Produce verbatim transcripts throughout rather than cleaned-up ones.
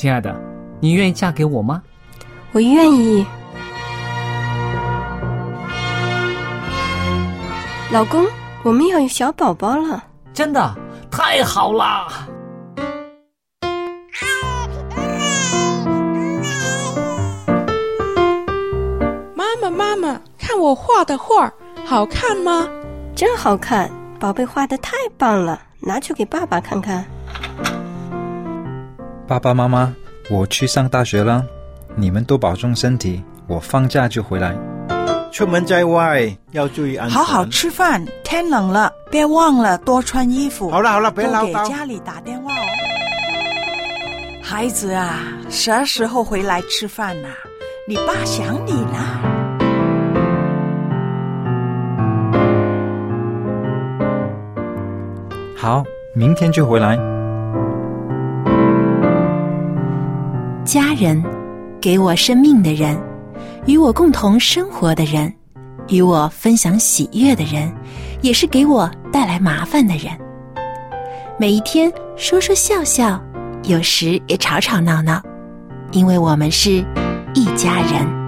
亲爱的，你愿意嫁给我吗？ 我愿意。老公，我们要有小宝宝了。 真的？太好了！ 妈妈妈妈，看我画的画好看吗？ 真好看，宝贝画得太棒了，拿去给爸爸看看。 爸爸妈妈，我去上大学了，你们都保重身体，我放假就回来。 出门在外要注意安全。 好好吃饭，天冷了，别忘了多穿衣服。 好了好了，别唠叨。 多给家里打电话哦。孩子啊，啥时候回来吃饭啊？你爸想你呢。 好，明天就回来。 家人，给我生命的人，与我共同生活的人，与我分享喜悦的人，也是给我带来麻烦的人。每一天说说笑笑，有时也吵吵闹闹，因为我们是一家人。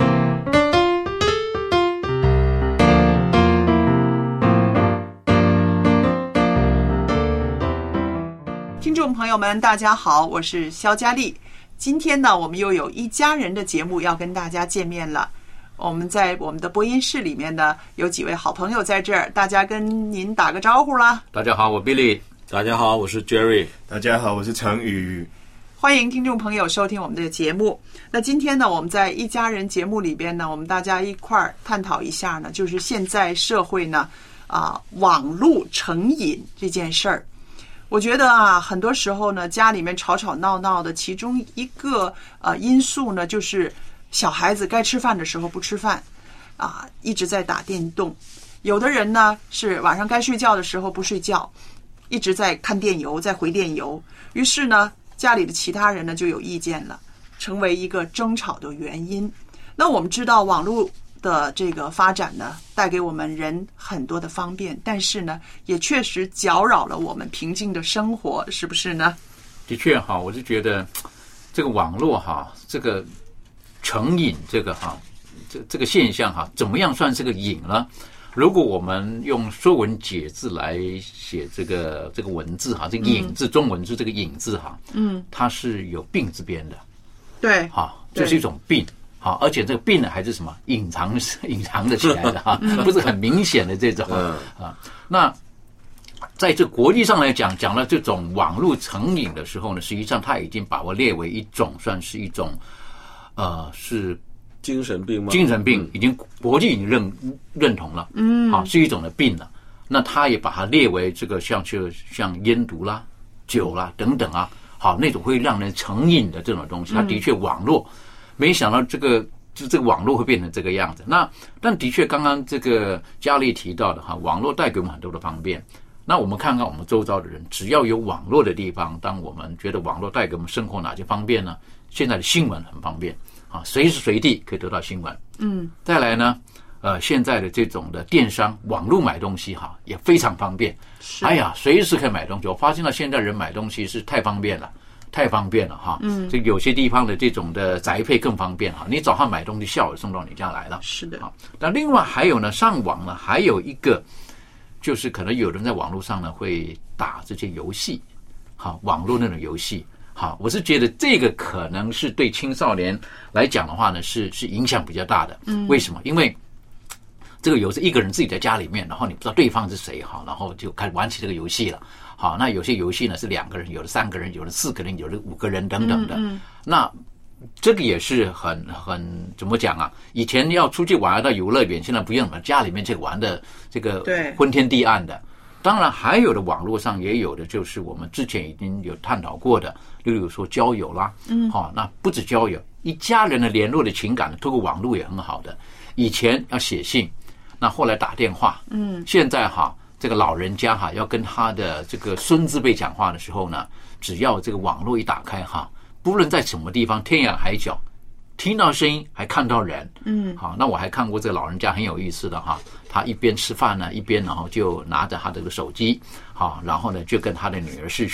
听众朋友们大家好，我是肖佳丽。今天呢，我们又有一家人的节目要跟大家见面了。我们在我们的播音室里面呢，有几位好朋友在这儿，大家跟您打个招呼啦。 大家好，我 Billy。 大家好，我是 Jerry。 大家好，我是程宇。 欢迎听众朋友收听我们的节目。那今天呢，我们在一家人节目里边呢，我们大家一块儿探讨一下呢，就是现在社会呢，啊，网络成瘾这件事儿。我觉得啊，很多时候呢，家里面吵吵闹闹的，其中一个呃因素呢，就是小孩子该吃饭的时候不吃饭，啊，一直在打电动。有的人呢是晚上该睡觉的时候不睡觉，一直在看电邮，在回电邮。于是呢，家里的其他人呢就有意见了，成为一个争吵的原因。那我们知道网络的这个发展呢，带给我们人很多的方便，但是呢，也确实搅扰了我们平静的生活，是不是呢？ 的确哈，我就觉得这个网络哈，这个成瘾这个哈，这这个现象哈，怎么样算是个瘾呢？如果我们用说文解字来写这个这个文字哈，这个瘾字，嗯、中文字这个瘾字哈，嗯，它是有病字边的， 对， 哈，这是一种病。好，而且这个病呢还是什么隐藏隐藏的起来的哈，不是很明显的这种啊。那在这国际上来讲，讲到这种网络成瘾的时候呢，实际上它已经把我列为一种算是一种呃是精神病吗？ 精神病已经国际已经认认同了，嗯，好，是一种的病了。那他也把它列为这个像就像烟毒啦、酒啦等等啊，好那种会让人成瘾的这种东西，它的确网络。没想到这个就这个网络会变成这个样子。那但的确，刚刚这个佳丽提到的哈，网络带给我们很多的方便。那我们看看我们周遭的人，只要有网络的地方，当我们觉得网络带给我们生活哪些方便呢？现在的新闻很方便啊，随时随地可以得到新闻。嗯，再来呢，呃，现在的这种的电商网络买东西哈，也非常方便。哎呀，随时可以买东西。我发现到现在人买东西是太方便了。太方便了哈，嗯，这有些地方的这种的宅配更方便哈，你早上买东西，下午送到你家来了， 是的。 那另外还有呢，上网呢，还有一个就是可能有人在网络上呢会打这些游戏，好，网络那种游戏，好，我是觉得这个可能是对青少年来讲的话呢，是是影响比较大的。嗯，为什么？因为这个游戏一个人自己在家里面，然后你不知道对方是谁哈，然后就开始玩起这个游戏了。好，那有些游戏呢是两个人，有的三个人，有的四个人，有的五个人等等的。嗯嗯、那这个也是很很怎么讲啊？以前要出去玩到游乐园，现在不用了，家里面这个玩的这个昏天地暗的。当然还有的网络上也有的，就是我们之前已经有探讨过的，例如说交友啦，嗯，好、哦，那不止交友，一家人的联络的情感，透过网络也很好的。以前要写信，那后来打电话，嗯，现在哈。这个老人家哈，要跟他的这个孙子辈讲话的时候呢，只要这个网络一打开哈，不论在什么地方，天涯海角，听到声音还看到人，嗯，好，那我还看过这个老人家很有意思的哈，他一边吃饭呢，一边然后就拿着他这个手机，好，然后呢就跟他的女儿视讯，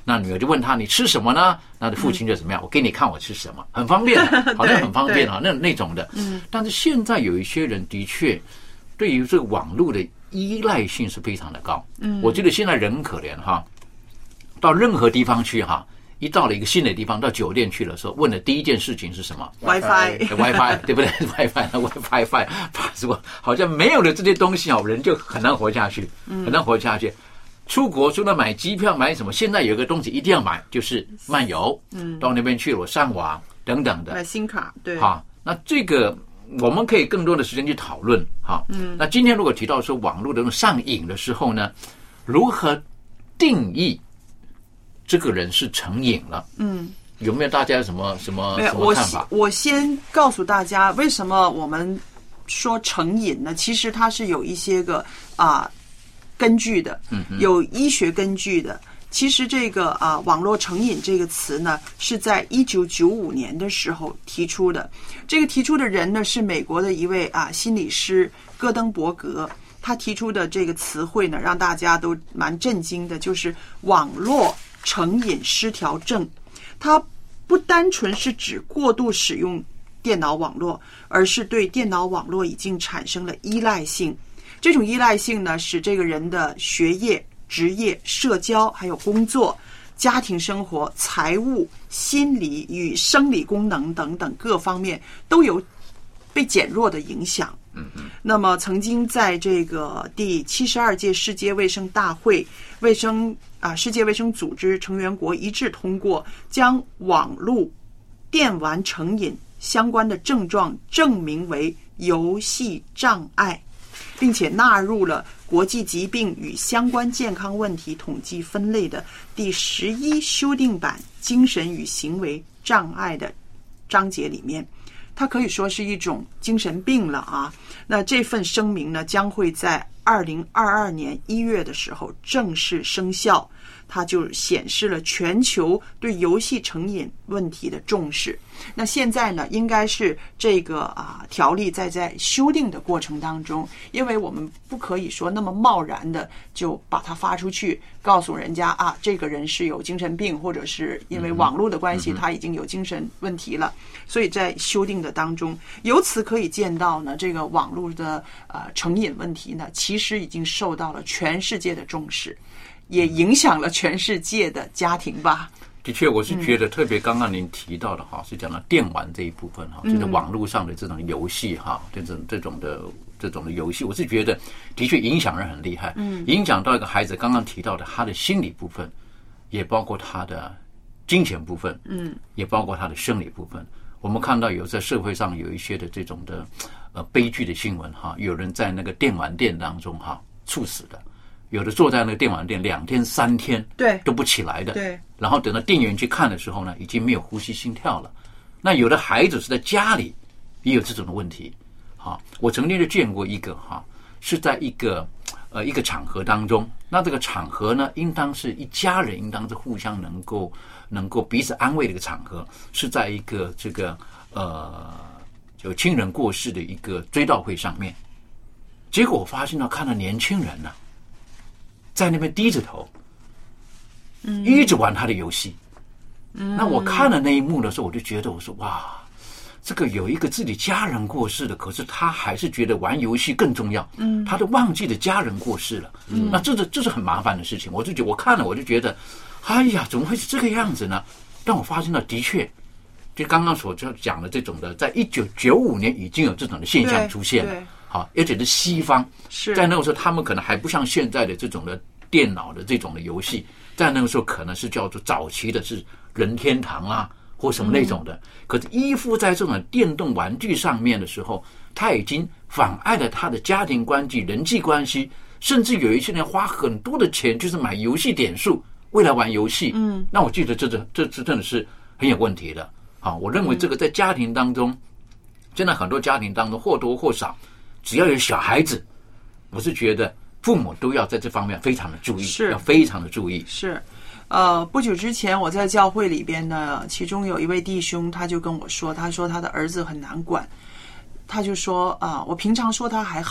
那女儿就问他你吃什么呢？那父亲就怎么样？我给你看我吃什么，很方便，好像很方便啊，那那种的。嗯，但是现在有一些人的确对于这个网络的依赖性是非常的高。嗯，我觉得现在人很可怜哈，到任何地方去哈。一到了一个新的地方，到酒店去的时候，问的第一件事情是什么 ？WiFi，WiFi， 对不对 ？WiFi，WiFi，怕是我好像没有了这些东西啊，人就很难活下去，很难活下去。出国除了买机票买什么，现在有一个东西一定要买，就是漫游。嗯，到那边去了，我上网等等的， 买新卡，对。 好，那这个我们可以更多的时间去讨论。好，嗯，那今天如果提到说网络的那种上瘾的时候呢，如何定义？这个人是成瘾了，嗯，有没有大家有什么什么什么看法？ 我我先告诉大家，为什么我们说成瘾呢？其实它是有一些个啊、呃、根据的，嗯，有医学根据的。其实这个啊、呃、网络成瘾这个词呢，是在一九九五年的时候提出的。这个提出的人呢是美国的一位啊心理师戈登伯格。他提出的这个词汇呢，让大家都蛮震惊的，就是网络成瘾失调症。它不单纯是指过度使用电脑网络，而是对电脑网络已经产生了依赖性。这种依赖性呢，使这个人的学业、职业、社交，还有工作、家庭生活、财务、心理与生理功能等等各方面都有被减弱的影响。那么曾经在这个第七十二届世界卫生大会，卫生啊世界卫生组织成员国一致通过，将网络电玩成瘾相关的症状证明为游戏障碍，并且纳入了国际疾病与相关健康问题统计分类的第十一修订版精神与行为障碍的章节里面。它可以说是一种精神病了啊。那这份声明呢，将会在二零二二年一月的时候正式生效。它就显示了全球对游戏成瘾问题的重视。那现在呢，应该是这个啊条例在在修订的过程当中，因为我们不可以说那么贸然的就把它发出去，告诉人家啊，这个人是有精神病，或者是因为网络的关系，他已经有精神问题了。所以在修订的当中，由此可以见到呢，这个网络的呃成瘾问题呢，其实已经受到了全世界的重视。也影响了全世界的家庭吧。 的确，我是觉得特别刚刚您提到的哈，是讲到电玩这一部分哈，就是网络上的这种游戏哈，这种这种的这种的游戏，我是觉得的确影响人很厉害，嗯，影响到一个孩子刚刚提到的他的心理部分，也包括他的金钱部分，嗯，也包括他的生理部分。我们看到有在社会上有一些的这种的呃悲剧的新闻哈，有人在那个电玩店当中哈猝死的。有的坐在那个电玩店两天三天对都不起来的， 对， 然后等到店员去看的时候呢，已经没有呼吸心跳了。那有的孩子是在家里也有这种的问题。好，我曾经就见过一个哈，是在一个呃一个场合当中，那这个场合呢，应当是一家人，应当是互相能够能够彼此安慰的一个场合，是在一个这个呃有亲人过世的一个追悼会上面。结果我发现到看到年轻人呢、啊。在那边低着头，嗯，一直玩他的游戏。嗯，那我看了那一幕的时候，我就觉得，我说哇，这个有一个自己家人过世的，可是他还是觉得玩游戏更重要。嗯，他都忘记了家人过世了。嗯，那这是这是很麻烦的事情。我就觉得我看了，我就觉得，哎呀，怎么会是这个样子呢？但我发现了，的确，就刚刚所讲的这种的，在一九九五年已经有这种的现象出现了。好，而且是西方， 是在那个时候，他们可能还不像现在的这种的电脑的这种的游戏，在那个时候可能是叫做早期的是任天堂啊，或什么那种的。嗯、可是依附在这种电动玩具上面的时候，他已经妨碍了他的家庭关系、人际关系，甚至有一些人花很多的钱，就是买游戏点数，为了玩游戏。嗯，那我记得这这这这真的是很有问题的。好，我认为这个在家庭当中，现在很多家庭当中或多或少。只要有小孩子，我是觉得父母都要在这方面非常的注意， 是要非常的注意。 是，呃，不久之前我在教会里边呢，其中有一位弟兄，他就跟我说，他说他的儿子很难管，他就说啊、呃，我平常说他还好，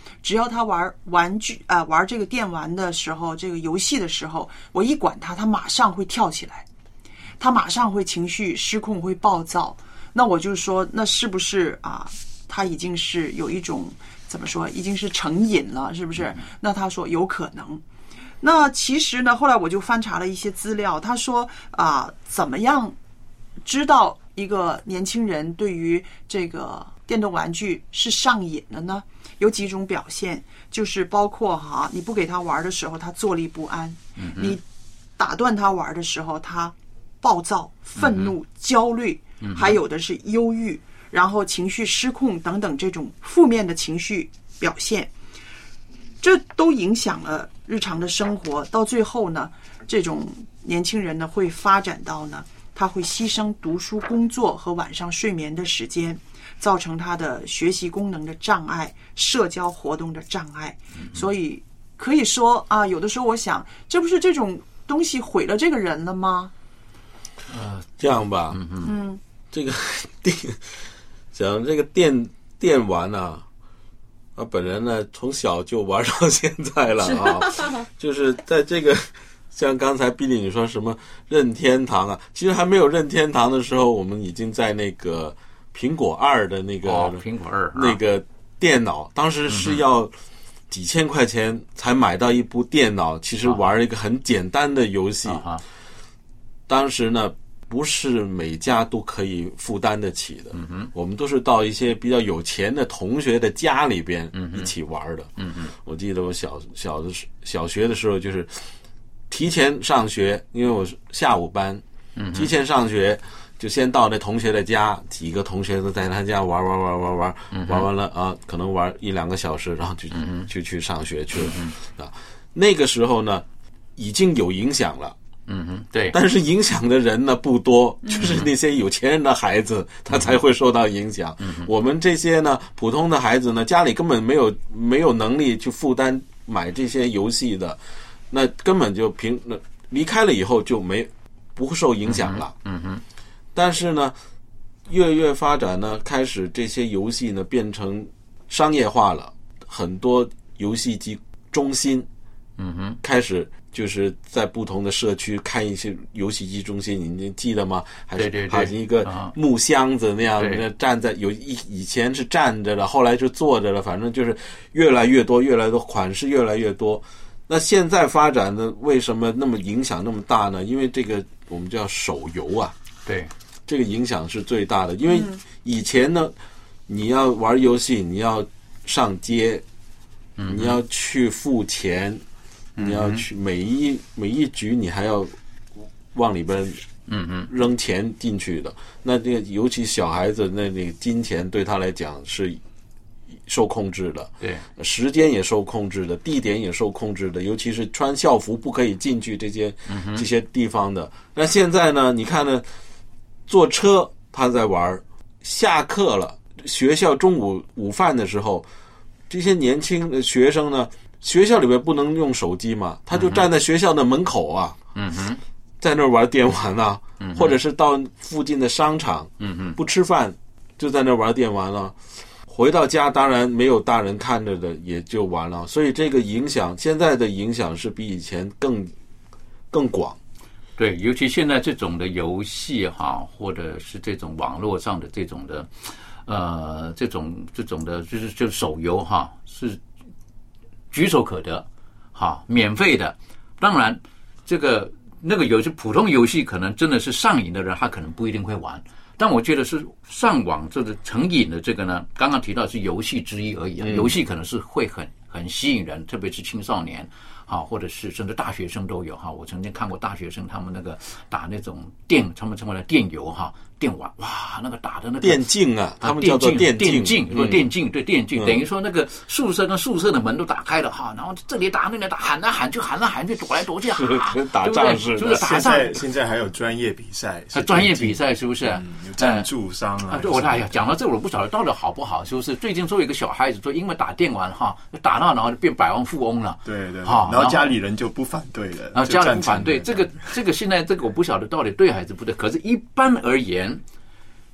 只要他玩玩具啊、呃，玩这个电玩的时候，这个游戏的时候，我一管他，他马上会跳起来，他马上会情绪失控，会暴躁。那我就说，那是不是啊？他已经是有一种怎么说，已经是成瘾了，是不是？那他说有可能。那其实呢，后来我就翻查了一些资料，他说啊，怎么样知道一个年轻人对于这个电动玩具是上瘾的呢？有几种表现，就是包括哈，你不给他玩的时候，他坐立不安；嗯、你打断他玩的时候，他暴躁、愤怒、嗯、焦虑，嗯、还有的是忧郁，然后情绪失控等等这种负面的情绪表现，这都影响了日常的生活。到最后呢，这种年轻人呢会发展到呢，他会牺牲读书、工作和晚上睡眠的时间，造成他的学习功能的障碍、社交活动的障碍。所以可以说啊，有的时候我想，这不是这种东西毁了这个人了吗？ 呃，这样吧，嗯嗯， 这个电讲这个电电玩啊，啊，本人呢从小就玩到现在了啊，就是在这个像刚才碧丽你说什么任天堂啊，其实还没有任天堂的时候，我们已经在那个苹果二的那个、 哦、苹果二那个电脑，当时是要几千块钱才买到一部电脑，其实玩一个很简单的游戏。 啊当时呢，不是每家都可以负担得起的。 嗯哼， 我们都是到一些比较有钱的同学的家里边一起玩的。 嗯哼， 我记得我小小的小学的时候，就是提前上学，因为我是下午班， 嗯， 提前上学就先到那同学的家，几个同学都在他家玩玩玩玩玩， 嗯、 玩完了啊，可能玩一两个小时，然后就、 嗯、 就去上学去了。 嗯、 啊，那个时候呢，已经有影响了。 嗯哼，对， 但是影响的人呢不多，就是那些有钱人的孩子，嗯、他才会受到影响。 嗯、 我们这些呢，普通的孩子呢，家里根本没有没有能力去负担买这些游戏的，那根本就平那离开了以后就没不会受影响了。 嗯哼， 但是呢，越越发展呢，开始这些游戏呢变成商业化了，很多游戏机中心， 嗯哼， 开始。就是在不同的社区开一些游戏机中心，你记得吗？还是对对对， 好像一个木箱子那样，那站在有以以前是站着的，后来就坐着了，反正就是越来越多，越来越多款式越来越多。那现在发展的为什么那么影响那么大呢？因为这个我们叫手游啊， 对， 这个影响是最大的。因为以前呢，你要玩游戏，你要上街， 嗯、 你要去付钱。你要去每一每一局，你还要往里边嗯嗯扔钱进去的。那这个尤其小孩子，那那个金钱对他来讲是受控制的， 对， 时间也受控制的，地点也受控制的，尤其是穿校服不可以进去这些、 嗯、 这些地方的。那现在呢，你看呢，坐车他在玩，下课了，学校中午午饭的时候，这些年轻的学生呢。学校里边不能用手机嘛，他就站在学校的门口啊， 嗯哼， 在那儿玩电玩啊， 嗯， 或者是到附近的商场， 嗯哼， 不吃饭就在那儿玩电玩了。回到家当然没有大人看着的，也就完了。所以这个影响，现在的影响是比以前更更广。 对，尤其现在这种的游戏哈，或者是这种网络上的这种的，呃，这种这种的，就是就是手游哈，是。举手可得，好，免费的。当然，这个那个游戏普通游戏可能真的是上瘾的人，他可能不一定会玩。但我觉得是上网这个成瘾的这个呢，刚刚提到是游戏之一而已啊。 嗯、 游戏可能是会很很吸引人，特别是青少年，好，或者是甚至大学生都有哈。我曾经看过大学生他们那个打那种电，他们称为的电游哈。电玩哇，那个打的那个电竞啊，他们叫做电竞， 电竞说电竞对电竞，等于说那个宿舍跟宿舍的门都打开了哈，然后这里打那里打，喊来喊去，喊来喊去，躲来躲去， 跟打仗似的。 现在现在还有专业比赛， 专业比赛是不是？ 有赞助商啊。 对，我哎呀，讲到这我不晓得到底好不好，是不是？最近说有一个小孩子说，因为打电玩哈，打到然后就变百万富翁了。 对对，然后家里人就不反对了， 然后家里不反对，这个这个现在这个我不晓得到底对还是不对，可是一般而言。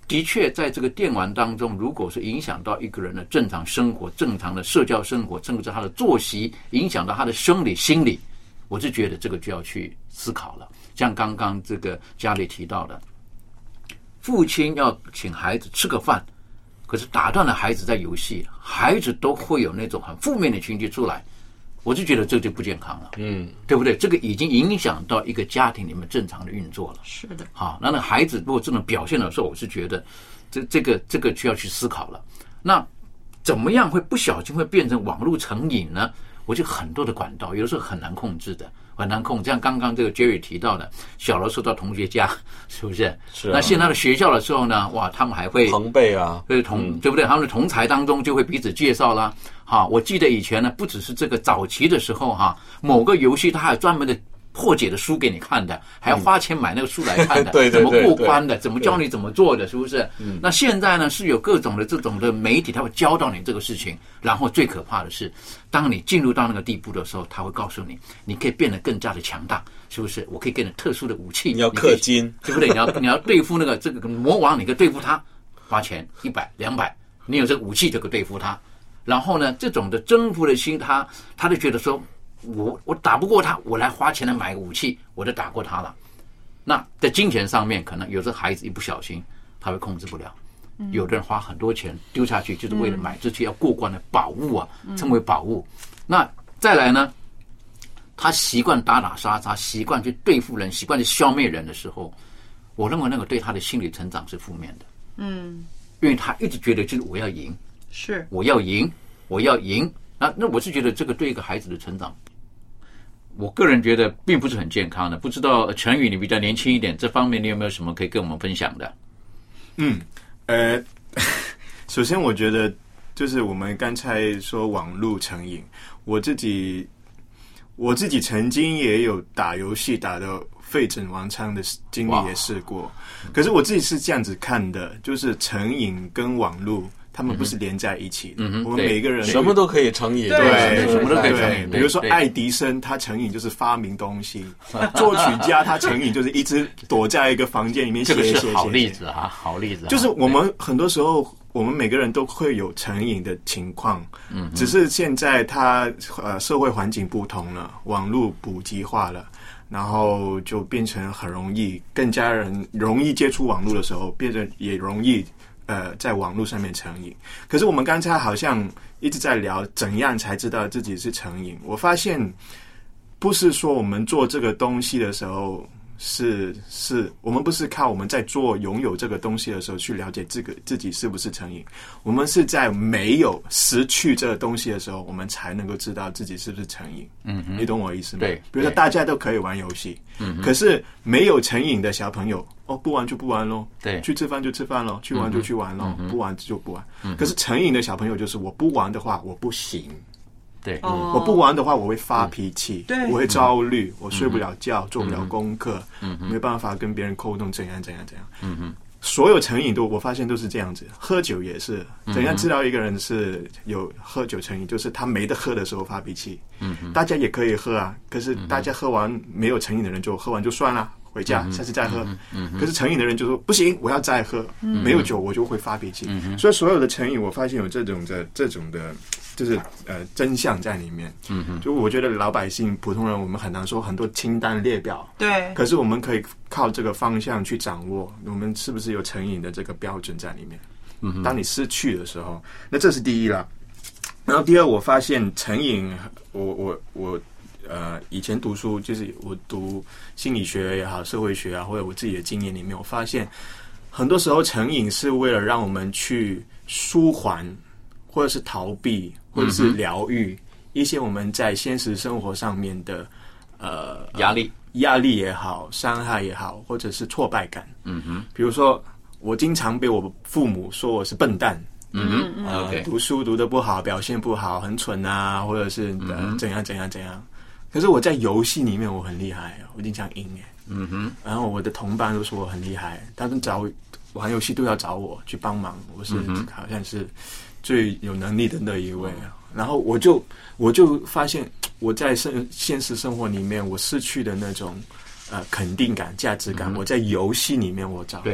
的确在这个电玩当中，如果是影响到一个人的正常生活、正常的社交生活，甚至他的作息，影响到他的生理、心理，我是觉得这个就要去思考了。像刚刚这个家里提到的，父亲要请孩子吃个饭，可是打断了孩子在游戏，孩子都会有那种很负面的情绪出来，我就觉得这就不健康了，嗯，对不对？这个已经影响到一个家庭里面正常的运作了。 是的， 好，那那孩子如果这种表现的时候，我是觉得这这个这个需要去思考了。那怎么样会不小心会变成网络成瘾呢？我觉得很多的管道，有的时候很难控制的。很难控，像刚刚这个 Jerry 提到的，小的时候到同学家，是不是？ 是、啊。 那现在的学校的时候呢，哇，他们还会朋辈啊， 对同、嗯、对不对？他们的同才当中就会彼此介绍啦。好，我记得以前呢，不只是这个早期的时候哈，某个游戏它还有专门的破解的书给你看的，还要花钱买那个书来看的， 嗯、对对对对， 怎么过关的，怎么教你怎么做的，是不是？嗯。那现在呢，是有各种的这种的媒体，他会教到你这个事情。然后最可怕的是，当你进入到那个地步的时候，他会告诉你，你可以变得更加的强大，是不是？我可以给你特殊的武器， 你要氪金， 对不对？你要你要对付那个这个魔王，你可以对付他，花钱一百两百，你有这个武器就可以对付他。然后呢，这种的征服的心，他他就觉得说，我我打不过他，我来花钱来买个武器，我就打过他了。那在金钱上面，可能有时候孩子一不小心，他会控制不了。有的人花很多钱丢下去，就是为了买这些要过关的宝物啊，称为宝物。那再来呢，他习惯打打杀杀，习惯去对付人，习惯去消灭人的时候，我认为那个对他的心理成长是负面的。嗯，因为他一直觉得就是我要赢， 是我要赢，我要赢。那那我是觉得这个对一个孩子的成长，我个人觉得并不是很健康的。不知道陈宇你比较年轻一点，这方面你有没有什么可以跟我们分享的？ 嗯。呃，首先我觉得就是我们刚才说网络成瘾，我自己我自己曾经也有打游戏打到废寝忘餐的经历也试过，可是我自己是这样子看的，就是成瘾跟网络他们不是连在一起的，嗯、我们每个人什么都可以成瘾， 对， 对什么都可以成瘾。 比如说爱迪生，他成瘾就是发明东西；作曲家他成瘾就是一直躲在一个房间里面写写写。 这个是好例子啊，好例子、啊。 就是我们很多时候，我们每个人都会有成瘾的情况，嗯，只是现在他呃社会环境不同了，网络普及化了。然后就变成很容易，更加人容易接触网络的时候，变得也容易呃在网络上面成瘾。可是我们刚才好像一直在聊怎样才知道自己是成瘾。我发现不是说我们做这个东西的时候是是我们不是靠我们在做拥有这个东西的时候去了解这个自己是不是成瘾，我们是在没有失去这个东西的时候，我们才能够知道自己是不是成瘾。嗯，你懂我意思吗？ 对， 比如说大家都可以玩游戏，嗯，可是没有成瘾的小朋友，哦，不玩就不玩咯， 对， 去吃饭就吃饭咯，去玩就去玩咯，嗯、不玩就不玩。嗯、可是成瘾的小朋友就是我不玩的话我不行。 对、 嗯，我不玩的话，我会发脾气， 嗯、 我会焦虑，我睡不了觉，嗯、做不了功课，嗯、没办法跟别人沟通，怎样怎样怎样。嗯哼，所有成瘾都我发现都是这样子，喝酒也是。怎样知道一个人是有喝酒成瘾？就是他没得喝的时候发脾气。嗯哼，大家也可以喝啊，可是大家喝完没有成瘾的人就喝完就算了。回家，下次再喝。嗯嗯、可是成瘾的人就说不行，我要再喝。嗯、没有酒我就会发脾气。嗯、所以所有的成瘾，我发现有这种的这种的。就是呃真相在里面，嗯哼，就我觉得老百姓普通人我们很难说很多清单列表， 对， 可是我们可以靠这个方向去掌握我们是不是有成瘾的这个标准在里面。嗯哼，当你失去的时候，那这是第一啦。然后第二，我发现成瘾，我我我呃以前读书就是我读心理学也好，社会学啊，或者我自己的经验里面，我发现很多时候成瘾是为了让我们去舒缓。或者是逃避，或者是疗愈一些我们在现实生活上面的呃压力、 压力也好，伤害也好，或者是挫败感。嗯哼，比如说我经常被我父母说我是笨蛋，嗯哼，呃 okay. 读书读得不好，表现不好，很蠢啊，或者是、呃嗯、怎样怎样怎样。可是我在游戏里面我很厉害，我经常赢哎。嗯哼，然后我的同伴都说我很厉害，他们找玩游戏都要找我去帮忙，我是、嗯、好像是。最有能力的那一位啊，然后我就我就发现我在生现实生活里面我失去的那种呃肯定感、价值感，嗯、我在游戏里面我找到。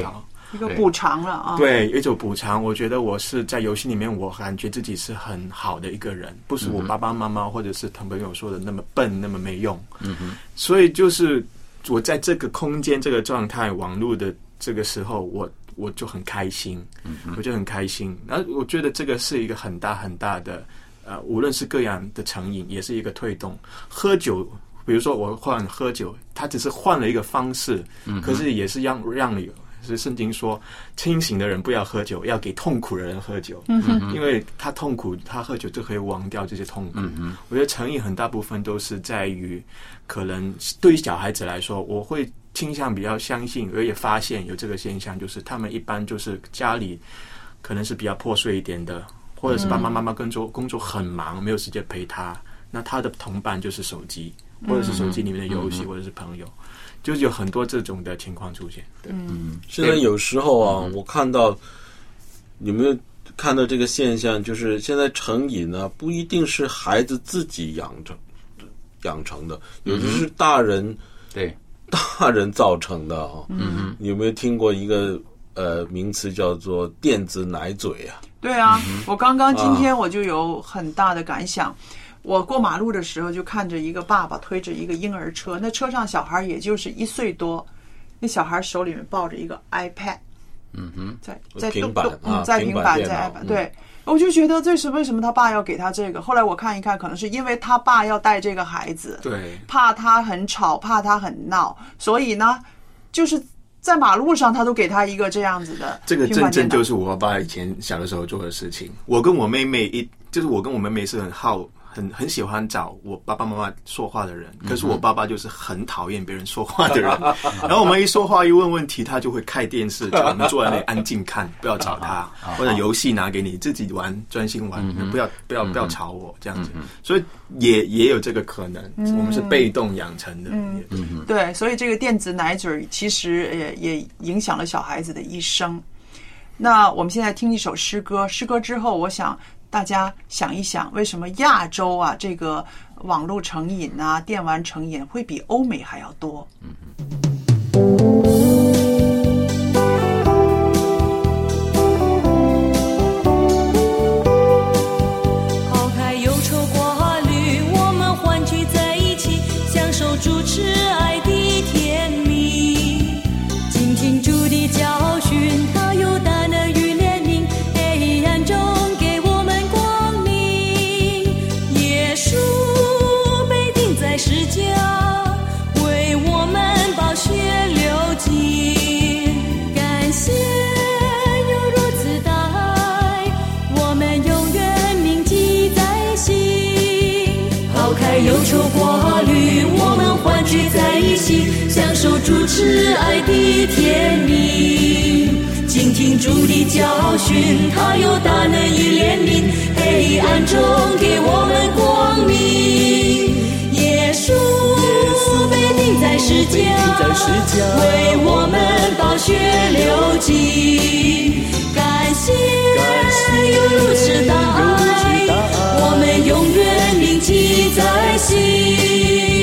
一个补偿了啊。 对，一种补偿。我觉得我是在游戏里面，我感觉自己是很好的一个人，不是我爸爸妈妈或者是朋友说的那么笨，那么没用。嗯哼。所以就是我在这个空间、这个状态、网络的这个时候，我我就很开心，嗯、我就很开心。然后我觉得这个是一个很大很大的，呃，无论是各样的成瘾，也是一个推动。喝酒。比如说我换喝酒，他只是换了一个方式，嗯、可是也是让让你是圣经说，清醒的人不要喝酒，要给痛苦的人喝酒，嗯、因为他痛苦，他喝酒就可以忘掉这些痛苦。嗯、我觉得成瘾很大部分都是在于，可能对于小孩子来说，我会倾向比较相信，而也发现有这个现象，就是他们一般就是家里可能是比较破碎一点的，或者是爸爸妈妈工作工作很忙，没有时间陪他，那他的同伴就是手机。或者是手机里面的游戏，嗯、或者是朋友，就是有很多这种的情况出现。对， 嗯，现在有时候啊，嗯、我看到有没有看到这个现象，就是现在成瘾呢，不一定是孩子自己养成养成的，有的是大人、嗯、 对大人造成的啊。嗯，你有没有听过一个呃名词叫做电子奶嘴啊？ 对啊，嗯、我刚刚今天我就有很大的感想。啊我过马路的时候就看着一个爸爸推着一个婴儿车，那车上小孩也就是一岁多，那小孩手里面抱着一个 iPad， 嗯哼，在在平板嗯，在平板在 iPad， 对，嗯、我就觉得这是为什么他爸要给他这个？后来我看一看，可能是因为他爸要带这个孩子， 对， 怕他很吵，怕他很闹，所以呢，就是在马路上他都给他一个这样子的。 这个真正就是我爸以前小的时候做的事情。我跟我妹妹一，就是我跟我妹妹是很好。很很喜欢找我爸爸妈妈说话的人，可是我爸爸就是很讨厌别人说话的人。然后我们一说话一问问题，他就会开电视，叫我们坐在那里安静看，不要吵他，或者游戏拿给你自己玩，专心玩，不要不要不要吵我这样子。所以也也有这个可能，我们是被动养成的。 嗯嗯，对，所以这个电子奶嘴其实也也影响了小孩子的一生。那我们现在听一首诗歌，诗歌之后，我想。大家想一想，为什么亚洲啊，这个网络成瘾啊、电玩成瘾会比欧美还要多？嗯抛开忧愁挂虑，我们欢聚在一起，享受主持爱的甜蜜。今天主的教训，他有大能与怜悯，黑暗中。十架为我们宝血流尽，感谢有如此大爱，我们永远铭记在心。抛开忧愁挂虑，我们欢聚在一起，享受主慈爱的甜蜜。倾听主的教训，他有大能与怜悯，黑暗中给我们光明。耶稣被钉在十架，为我们宝血流尽，感谢有如此大爱，我们永远铭记在心。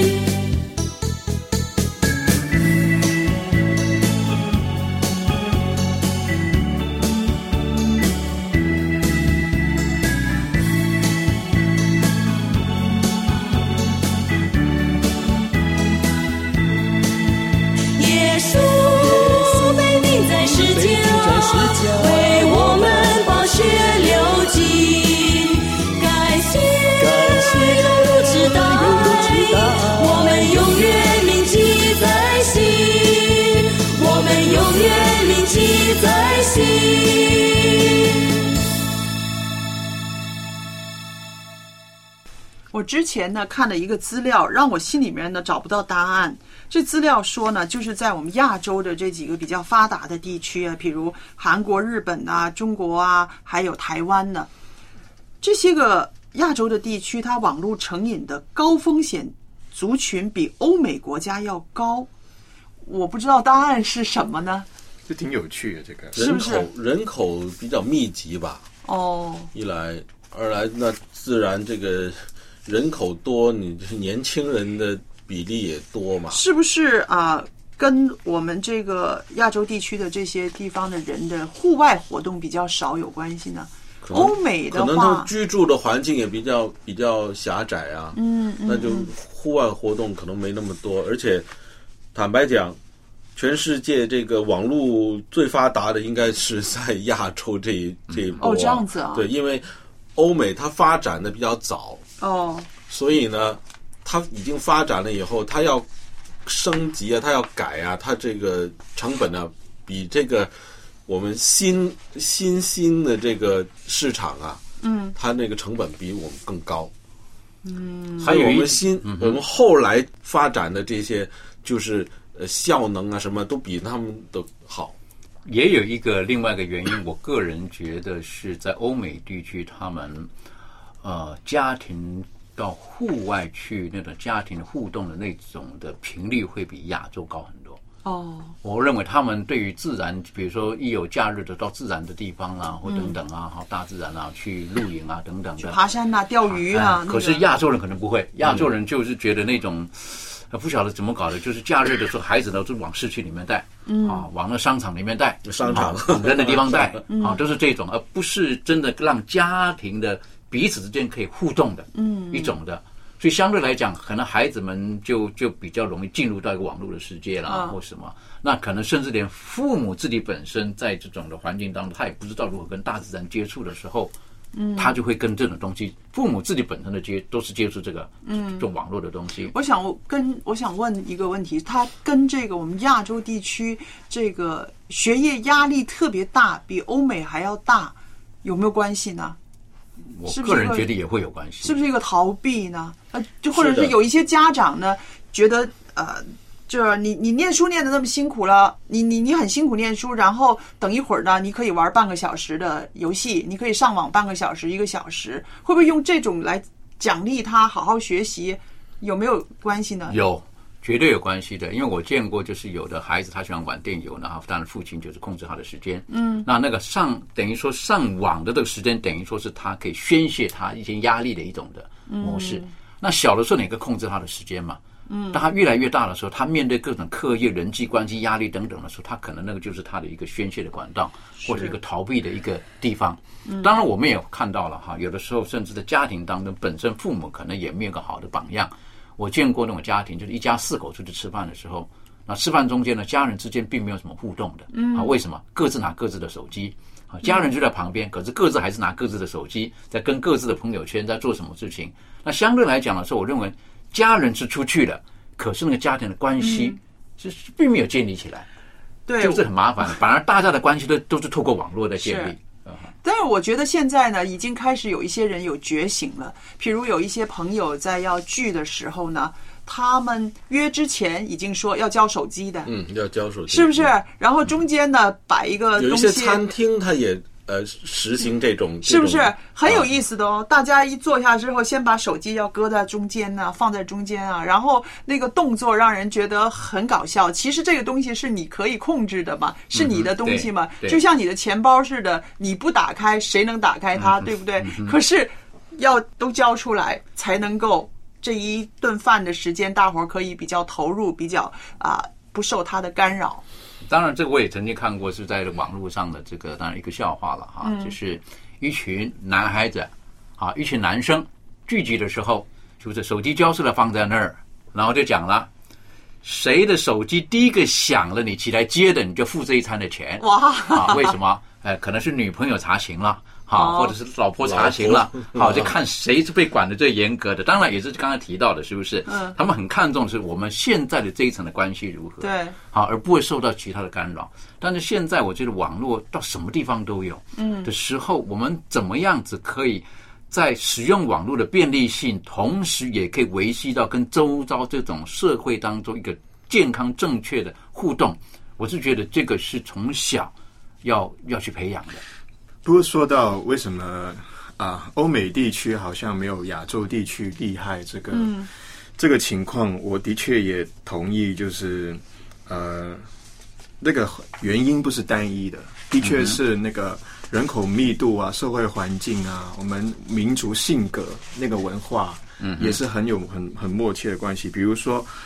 为我们宝血流尽，感谢有如此大爱，我们永远铭记在心，我们永远铭记在心。 我之前呢看了一个资料，让我心里面呢找不到答案。这资料说呢，就是在我们亚洲的这几个比较发达的地区啊，比如韩国、日本啊、中国啊，还有台湾呢，这些个亚洲的地区，它网络成瘾的高风险族群比欧美国家要高。我不知道答案是什么呢？ 这挺有趣的，这个是不是人口人口比较密集吧？ 哦， 一来二来，那自然这个人口多，你就是年轻人的比例也多嘛？ 是不是啊、呃？ 跟我们这个亚洲地区的这些地方的人的户外活动比较少有关系呢？欧美的话， 可能他居住的环境也比较比较狭窄啊， 嗯，嗯那就户外活动可能没那么多，而且坦白讲，全世界这个网络最发达的应该是在亚洲这一这一波、啊、 哦，这样子啊， 对，因为欧美它发展的比较早哦， 所以呢，它已经发展了以后，它要升级啊，它要改啊，它这个成本呢，比这个我们新新兴的这个市场啊， 嗯， 它那个成本比我们更高。 嗯， 还有我们新、嗯、我们后来发展的这些，就是呃效能啊什么都比他们都好。 也有一个另外一个原因，我个人觉得是在欧美地区，他们呃家庭到户外去那种家庭互动的那种的频率会比亚洲高很多。 哦， 我认为他们对于自然，比如说一有假日的到自然的地方啊，或等等啊，好、嗯、大自然啊，去露营啊等等的， 去爬山啊、钓鱼啊。 哎、可是亚洲人可能不会，亚洲人就是觉得那种。不晓得怎么搞的，就是假日的时候，孩子呢就往市区里面带， 嗯啊，往那商场里面带， 商场人的地方带， 嗯、 啊，都是这种，而不是真的让家庭的彼此之间可以互动的， 嗯， 一种的。所以相对来讲，可能孩子们就就比较容易进入到一个网络的世界啦， 啊、 或什么。那可能甚至连父母自己本身在这种的环境当中，他也不知道如何跟大自然接触的时候。嗯，他就会跟这种东西，父母自己本身的接都是接触这个，嗯，这种网络的东西。 我想跟我想问一个问题，它跟这个我们亚洲地区这个学业压力特别大，比欧美还要大，有没有关系呢？ 我个人觉得也会有关系， 是不是一个逃避呢？呃，就或者是有一些家长呢，觉得呃。就是你，你念书念得那么辛苦了，你你你很辛苦念书，然后等一会儿呢，你可以玩半个小时的游戏，你可以上网半个小时、一个小时，会不会用这种来奖励他好好学习？有没有关系呢？ 有，绝对有关系的。因为我见过，就是有的孩子他喜欢玩电游，然后当然父亲就是控制他的时间， 嗯， 那那个上等于说上网的这个时间，等于说是他可以宣泄他一些压力的一种的模式。嗯、那小的时候你可以控制他的时间嘛？嗯，当他越来越大的时候，他面对各种课业、人际关系、压力等等的时候，他可能那个就是他的一个宣泄的管道，或者一个逃避的一个地方。嗯，当然我们也看到了哈，有的时候甚至在家庭当中，本身父母可能也没有个好的榜样。我见过那种家庭，就是一家四口出去吃饭的时候，那吃饭中间呢，家人之间并没有什么互动的。嗯，啊，为什么？各自拿各自的手机。啊，家人就在旁边，可是各自还是拿各自的手机，在跟各自的朋友圈在做什么事情。那相对来讲的时候，我认为家人是出去的。可是那个家庭的关系是并没有建立起来， 对， 就是很麻烦。反而大家的关系都都是透过网络在建立。 但是我觉得现在呢，已经开始有一些人有觉醒了。譬如有一些朋友在要聚的时候呢，他们约之前已经说要交手机的， 嗯，要交手机， 是不是？然后中间呢摆一个东西， 有一些餐厅它也。呃，实行这种是不是很有意思的哦？啊、大家一坐下之后，先把手机要搁在中间呢、啊，放在中间啊，然后那个动作让人觉得很搞笑。其实这个东西是你可以控制的嘛，是你的东西嘛， 嗯、 就像你的钱包似的，你不打开，谁能打开它， 嗯、 对不对？ 嗯、 可是要都交出来，才能够这一顿饭的时间，大伙儿可以比较投入，比较啊、呃、不受它的干扰。 当然，这个我也曾经看过，是在网络上的这个，当然一个笑话了哈，嗯、就是一群男孩子，啊，一群男生聚集的时候，就是手机交出来放在那儿，然后就讲了，谁的手机第一个响了，你起来接的，你就付这一餐的钱。 哇！ 啊，为什么？呃，可能是女朋友查勤了。好，或者是老婆查勤了，好，就看谁是被管的最严格的。当然也是刚才提到的，是不是？嗯，他们很看重的是我们现在的这一层的关系如何， 对， 好，而不会受到其他的干扰。但是现在我觉得网络到什么地方都有，嗯的时候，我们怎么样子可以在使用网络的便利性，同时也可以维系到跟周遭这种社会当中一个健康正确的互动？我是觉得这个是从小要要去培养的。 不过说到为什么啊，欧美地区好像没有亚洲地区厉害这个、嗯、这个情况，我的确也同意，就是呃，那个原因不是单一的，的确是那个人口密度啊、社会环境啊、我们民族性格、那个文化，嗯，也是很有很很默契的关系。比如说，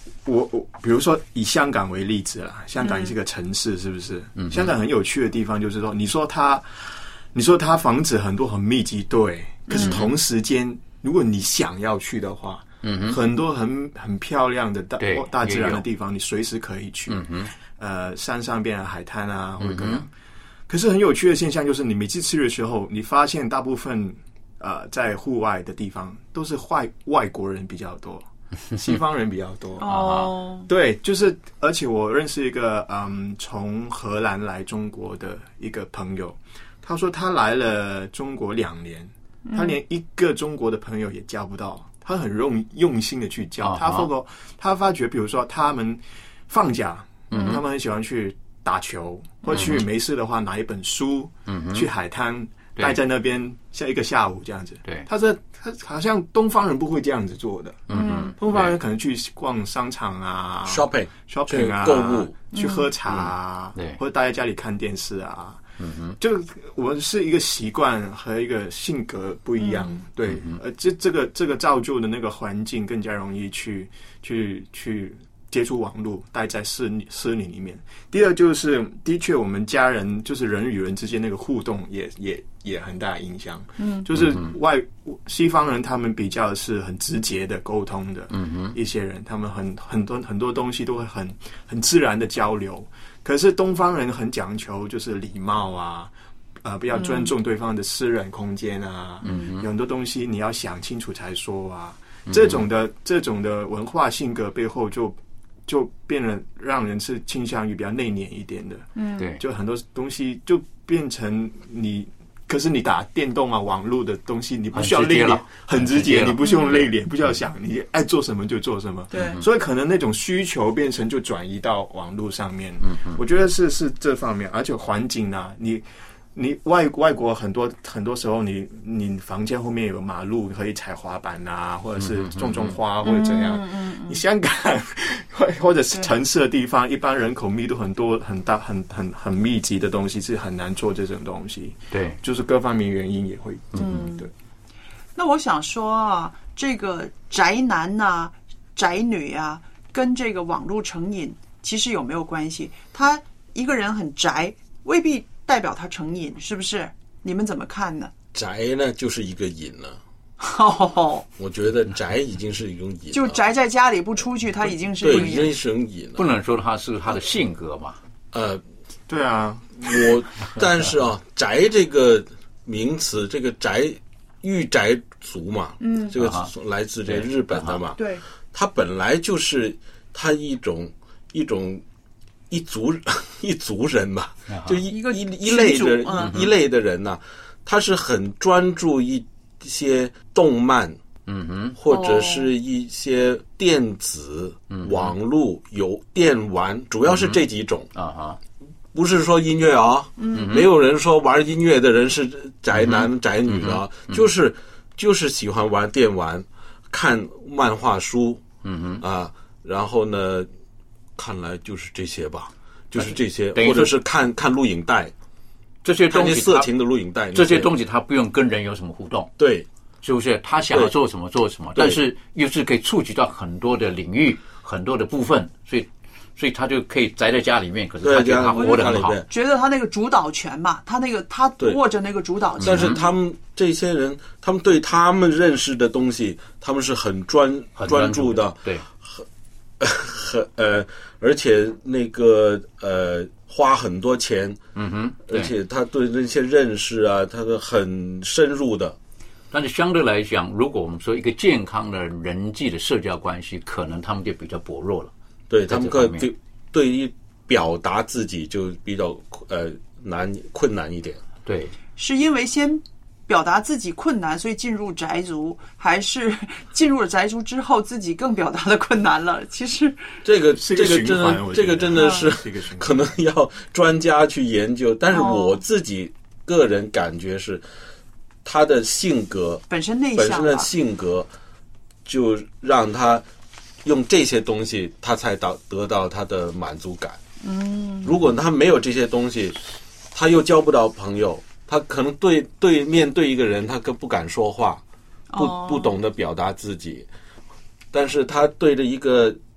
我我比如说以香港为例子啦，香港也是个城市，是不是？嗯，香港很有趣的地方就是说，你说它，你说它房子很多很密集，对，可是同时间，嗯、如果你想要去的话，嗯，很多很很漂亮的大大自然的地方，你随时可以去。嗯哼，呃，山上边的海滩啊，或者各样。嗯、可是很有趣的现象就是，你每次去的时候，你发现大部分呃在户外的地方都是外外国人比较多。西方人比较多哦，对，就是而且我认识一个嗯，从荷兰来中国的一个朋友，他说他来了中国两年，嗯、他连一个中国的朋友也交不到，他很用用心的去交，哦、他发觉他发觉，比如说他们放假，嗯，他们很喜欢去打球，嗯、或者去没事的话拿一本书，嗯，去海滩。待在那边像一个下午这样子，对，他说他好像东方人不会这样子做的，嗯，东方人可能去逛商场啊 ，shopping shopping 啊， 购物， 去喝茶啊， 嗯、对， 或者待在家里看电视啊，嗯哼，就我是一个习惯和一个性格不一样，嗯、对，嗯、呃，这这个这个造就的那个环境更加容易去去去。接触网络，待在室室里面。第二就是，的确，我们家人就是人与人之间那个互动也，也也也很大影响。嗯，就是外西方人他们比较是很直接的沟通的，嗯哼，一些人他们很很多很多东西都会很很自然的交流。可是东方人很讲求就是礼貌啊，呃，不要尊重对方的私人空间啊，嗯，有很多东西你要想清楚才说啊。这种的这种的文化性格背后就。就变得让人是倾向于比较内敛一点的，嗯，对，就很多东西就变成你，可是你打电动啊、网络的东西，你不需要内敛，很直接，你不需要内敛，不需要想，你爱做什么就做什么，对，所以可能那种需求变成就转移到网络上面，嗯，我觉得是是这方面，而且环境啊，你。你外外国很多很多时候你，你你房间后面有马路可以踩滑板啊，或者是种种花、嗯、或者怎样。嗯嗯嗯、你香港或或者是城市的地方，一般人口密度很多、很大、很很很密集的东西是很难做这种东西。对，就是各方面原因也会。嗯，对。 那我想说啊，这个宅男啊、宅女啊，跟这个网络成瘾其实有没有关系？他一个人很宅，未必。代表他成瘾，是不是？你们怎么看呢？ 宅呢，就是一个瘾了。Oh, 我觉得宅已经是一种瘾了， 就宅在家里不出去，他已经是对，已经是一种瘾了。 不能说他是他的性格嘛？ 呃， 对啊， 我但是啊，宅这个名词，这个宅御宅族嘛，嗯，这个来自这日本的嘛， 对， 它本来就是它一种一种。一族一族人嘛，就一一一类的、嗯、一类的人呢、啊，他是很专注一些动漫，嗯哼，或者是一些电子、嗯、网络、有电玩，主要是这几种啊哈、嗯，不是说音乐啊，嗯，没有人说玩音乐的人是宅男、嗯、宅女的、嗯，就是就是喜欢玩电玩、看漫画书，嗯哼啊，然后呢。看来就是这些吧，就是这些，或者是看看录影带， 这些东西色情的录影带， 这些东西他不用跟人有什么互动， 对， 是不是？他想要做什么做什么，但是又是可以触及到很多的领域、很多的部分，所以，所以他就可以宅在家里面。可是他觉得他活得很好， 觉得他那个主导权嘛，他那个他握着那个主导权。 但是他们这些人，他们对他们认识的东西，他们是很专很专注的， 对。 很呃，而且那个呃，花很多钱，嗯哼，而且他对那些认识啊，他是很深入的。 但是相对来讲，如果我们说一个健康的人际的社交关系，可能他们就比较薄弱了。 对他们个对对于表达自己就比较呃难困难一点。 对， 是因为先。表达自己困难，所以进入宅族，还是进入了宅族之后自己更表达的困难了？其实这个这个真的这个真的是可能要专家去研究，但是我自己个人感觉是他的性格本身内向， 本身的性格就让他用这些东西，他才到得到他的满足感。嗯，如果他没有这些东西，他又交不到朋友。他可能对对面对一个人，他更不敢说话，不不懂得表达自己。但是他对着一个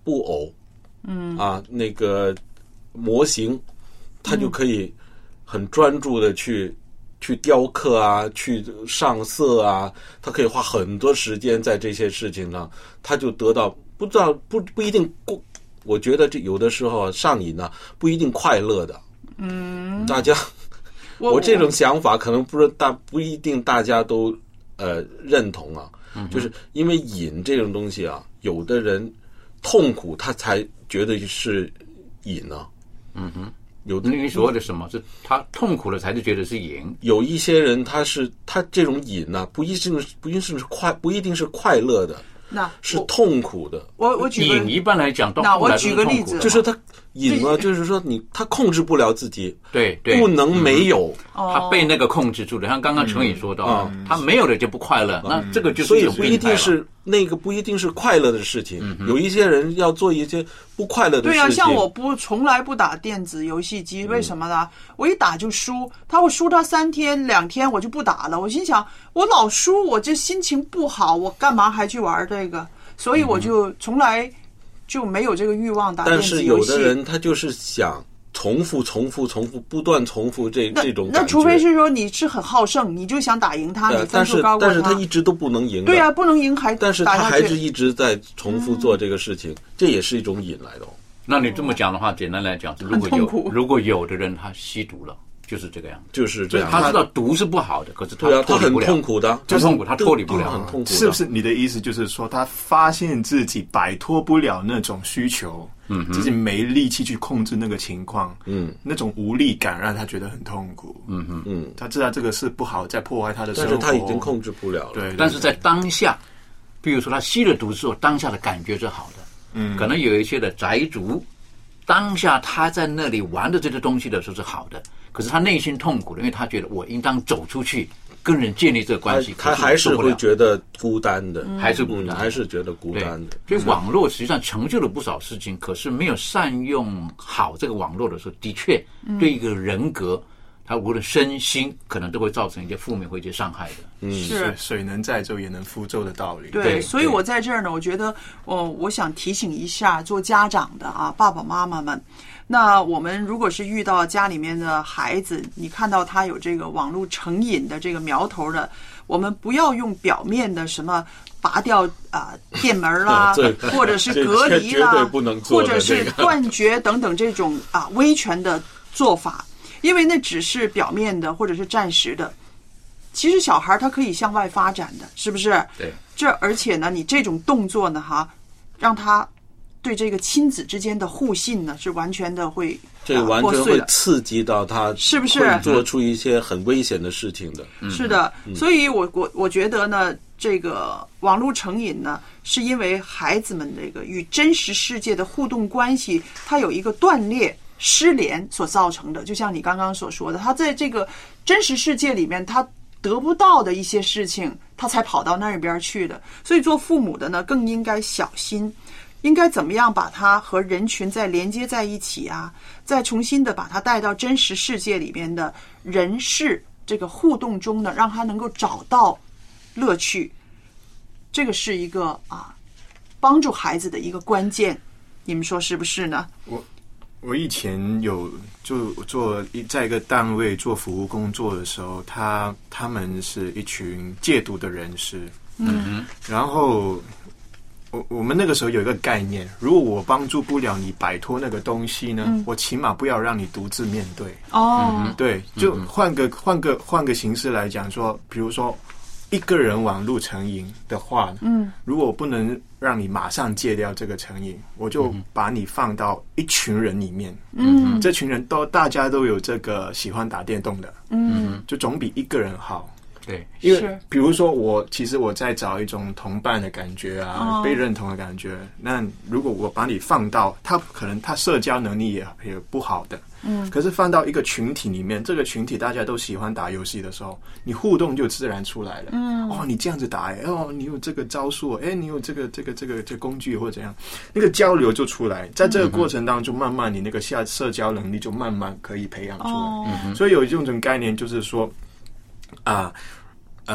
布偶， 嗯啊，那个模型，他就可以很专注的去去雕刻啊，去上色啊，他可以花很多时间在这些事情上，他就得到不知道不不一定，我觉得这有的时候上瘾呢、啊、不一定快乐的， 嗯， 大家。 我, 我这种想法可能不是大不一定大家都呃认同啊， 嗯、 就是因为瘾这种东西啊，有的人痛苦他才觉得是瘾啊。 嗯哼， 有你所谓的什么是他痛苦了才是觉得是瘾？ 有一些人他是他这种瘾呢、啊，不一定不一定是快不一定是快乐的。 那是痛苦的。 我我举个瘾一般来讲， 那我举个例子， 就是他瘾嘛，就是说你他控制不了自己， 对对， 不能没有， 嗯、 他被那个控制住了。像刚刚程颖说到，嗯、他没有了就不快乐，嗯、那这个就是所以不一定是那个不一定是快乐的事情。嗯、有一些人要做一些不快乐的事情。 对啊，像我不从来不打电子游戏机，为什么呢？嗯、我一打就输，他会输他三天两天，我就不打了。我心想，我老输，我这心情不好，我干嘛还去玩这个？所以我就从来就没有这个欲望打电子游戏。 但是有的人他就是想重复、重复、重复，不断重复这这种感觉。 那除非是说你是很好胜，你就想打赢他，你分数高过他。 但是他一直都不能赢。 对啊，不能赢还但是他还是一直在重复做这个事情，嗯、这也是一种瘾来的。 那你这么讲的话，简单来讲，如果有如果有的人他吸毒了。就是这个样子， 就是这样。 他知道毒是不好的，可是他对啊，他很痛苦的， 就是痛苦，他脱离不了， 很痛苦。 是不是你的意思就是说，他发现自己摆脱不了那种需求，嗯，自己没力气去控制那个情况，嗯，那种无力感让他觉得很痛苦，嗯嗯嗯，他知道这个是不好，在破坏他的生活， 但是他已经控制不了了。 对， 但是在当下，比如说他吸了毒之后，当下的感觉是好的，嗯，可能有一些的宅族，当下他在那里玩的这些东西的时候是好的。可是他内心痛苦的，因为他觉得我应当走出去，跟人建立这个关系。 他还是会觉得孤单的， 嗯、还是孤单， 还是觉得孤单的。 所以网络实际上成就了不少事情，可是没有善用好这个网络的时候，的确对一个人格，他无论身心，可能都会造成一些负面或一些伤害的。 嗯，是水能载舟也能覆舟的道理。 对，对所以我在这儿呢，我觉得，哦，我想提醒一下做家长的啊，爸爸妈妈们。那我们如果是遇到家里面的孩子，你看到他有这个网络成瘾的这个苗头的，我们不要用表面的什么拔掉啊、呃、电门啦，或者是隔离啦，或者是断绝等等这种啊威权的做法，因为那只是表面的或者是暂时的。其实小孩他可以向外发展的，是不是？ 对。 这而且呢，你这种动作呢，哈，让他。对这个亲子之间的互信呢，是完全的会这个完全会刺激到他， 是不是会做出一些很危险的事情的？ 是的，嗯、所以我我我觉得呢，这个网络成瘾呢，是因为孩子们这个与真实世界的互动关系，它有一个断裂、失联所造成的。就像你刚刚所说的，他在这个真实世界里面，他得不到的一些事情，他才跑到那边去的。所以做父母的呢，更应该小心。应该怎么样把它和人群再连接在一起啊？再重新的把它带到真实世界里边的人事这个互动中呢，让他能够找到乐趣。这个是一个啊，帮助孩子的一个关键。你们说是不是呢？ 我我以前有就做在一个单位做服务工作的时候，他他们是一群戒毒的人士，嗯，然后。我我们那个时候有一个概念，如果我帮助不了你摆脱那个东西呢，嗯、我起码不要让你独自面对。 哦， 对，就换个换个换个形式来讲说，比如说一个人网络成瘾的话，嗯，如果我不能让你马上戒掉这个成瘾，我就把你放到一群人里面，嗯，这群人都大家都有这个喜欢打电动的，嗯，就总比一个人好。 对， 因为比如说我其实我在找一种同伴的感觉啊，哦、被认同的感觉。那如果我把你放到他可能他社交能力也也不好的，嗯，可是放到一个群体里面，这个群体大家都喜欢打游戏的时候，你互动就自然出来了。嗯，哦，你这样子打，哎，哦，你有这个招数，哎，你有这个这个这个这个工具或者怎样，那个交流就出来。在这个过程当中，慢慢你那个下社交能力就慢慢可以培养出来。哦、所以有一种种概念就是说。啊，呃，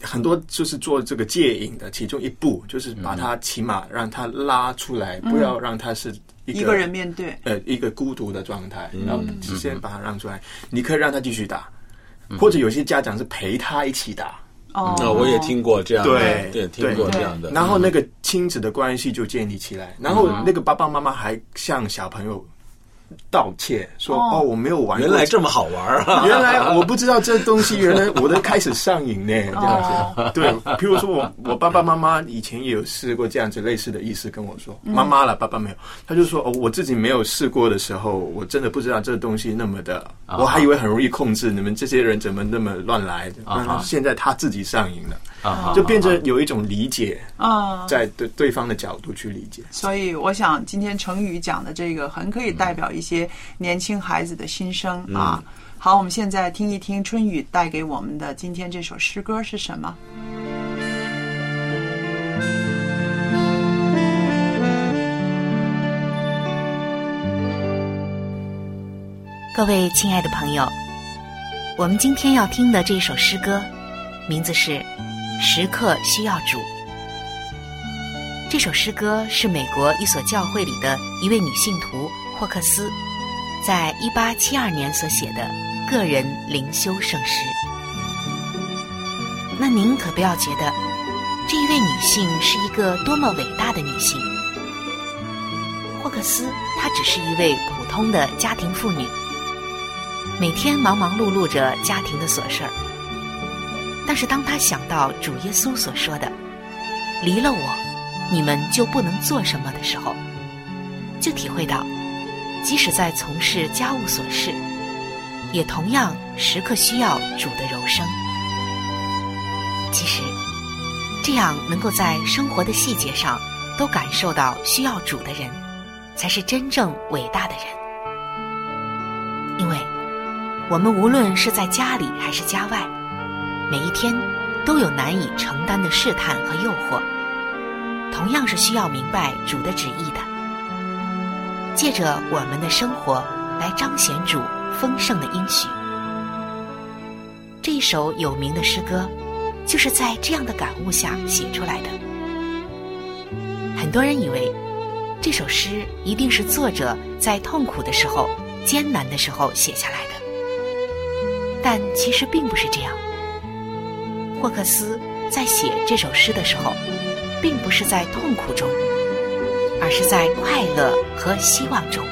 很多就是做这个戒瘾的其中一步，就是把他起码让他拉出来， 嗯、 不要让他是一个一个人面对， 呃，一个孤独的状态， 嗯、 然后先把他让出来。你可以让他继续打，嗯、或者有些家长是陪他一起打。 哦， 那、嗯、我也听过这样的， 对对，听过这样的。 然后那个亲子的关系就建立起来，然后那个爸爸妈妈还向小朋友道歉说：“哦，我没有玩过， 原来这么好玩啊！ 原来我不知道这东西，原来我都开始上瘾呢。”这样子，哦、对。譬如说我我爸爸妈妈以前也有试过这样子类似的意思跟我说，嗯、妈妈了，爸爸没有。他就说：“哦，我自己没有试过的时候，我真的不知道这东西那么的，哦、我还以为很容易控制。你们这些人怎么那么乱来？哦、现在他自己上瘾了。”啊，就变成有一种理解啊，在对对方的角度去理解。 所以我想今天成宇讲的这个很可以代表一些年轻孩子的心声啊。嗯、好，我们现在听一听春雨带给我们的今天这首诗歌是什么？ 各位亲爱的朋友，我们今天要听的这首诗歌名字是时刻需要主。这首诗歌是美国一所教会里的一位女信徒霍克斯在一八七二年所写的个人灵修圣诗。那您可不要觉得这一位女性是一个多么伟大的女性。霍克斯她只是一位普通的家庭妇女，每天忙忙碌碌着家庭的琐事儿。但是当他想到主耶稣所说的离了我你们就不能做什么的时候，就体会到即使在从事家务琐事也同样时刻需要主的柔声。其实这样能够在生活的细节上都感受到需要主的人才是真正伟大的人。因为我们无论是在家里还是家外，每一天都有难以承担的试探和诱惑，同样是需要明白主的旨意的，借着我们的生活来彰显主丰盛的应许。这一首有名的诗歌就是在这样的感悟下写出来的。很多人以为这首诗一定是作者在痛苦的时候、艰难的时候写下来的，但其实并不是这样。霍克斯在写这首诗的时候并不是在痛苦中，而是在快乐和希望中。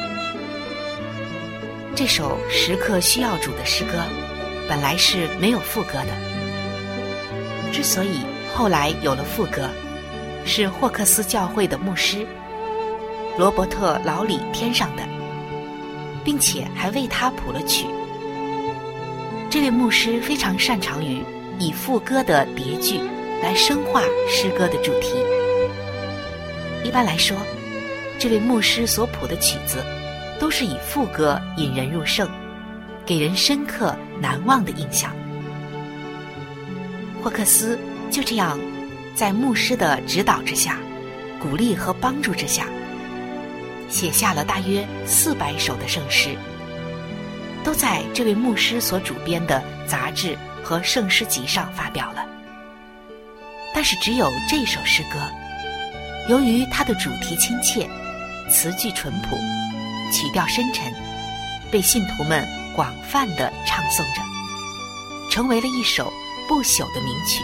这首时刻需要主的诗歌本来是没有副歌的，之所以后来有了副歌，是霍克斯教会的牧师罗伯特劳里添上的，并且还为他谱了曲。这位牧师非常擅长于以副歌的叠句来深化诗歌的主题。一般来说，这位牧师所谱的曲子都是以副歌引人入胜，给人深刻难忘的印象。霍克斯就这样在牧师的指导之下、鼓励和帮助之下，写下了大约四百首的圣诗，都在这位牧师所主编的杂志和圣诗集上发表了。但是只有这首诗歌，由于它的主题亲切，词句淳朴，曲调深沉，被信徒们广泛地唱诵着，成为了一首不朽的名曲。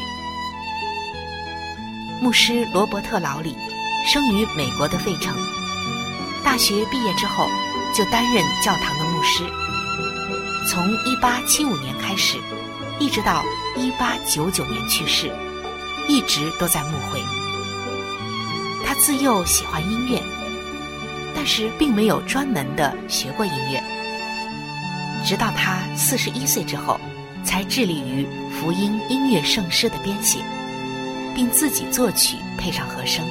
牧师罗伯特劳里生于美国的费城，大学毕业之后就担任教堂的牧师，从一八七五年开始一直到一八九九年去世，一直都在牧会。他自幼喜欢音乐，但是并没有专门的学过音乐，直到他四十一岁之后才致力于福音音乐圣诗的编写，并自己作曲配上和声。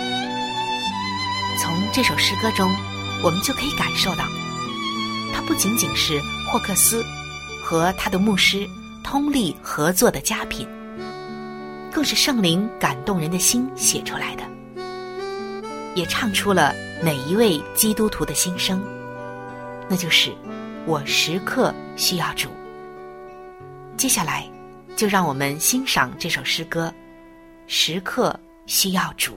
从这首诗歌中我们就可以感受到，它不仅仅是霍克斯和他的牧师通力合作的佳品，更是圣灵感动人的心写出来的，也唱出了每一位基督徒的心声，那就是我时刻需要主。接下来就让我们欣赏这首诗歌，时刻需要主。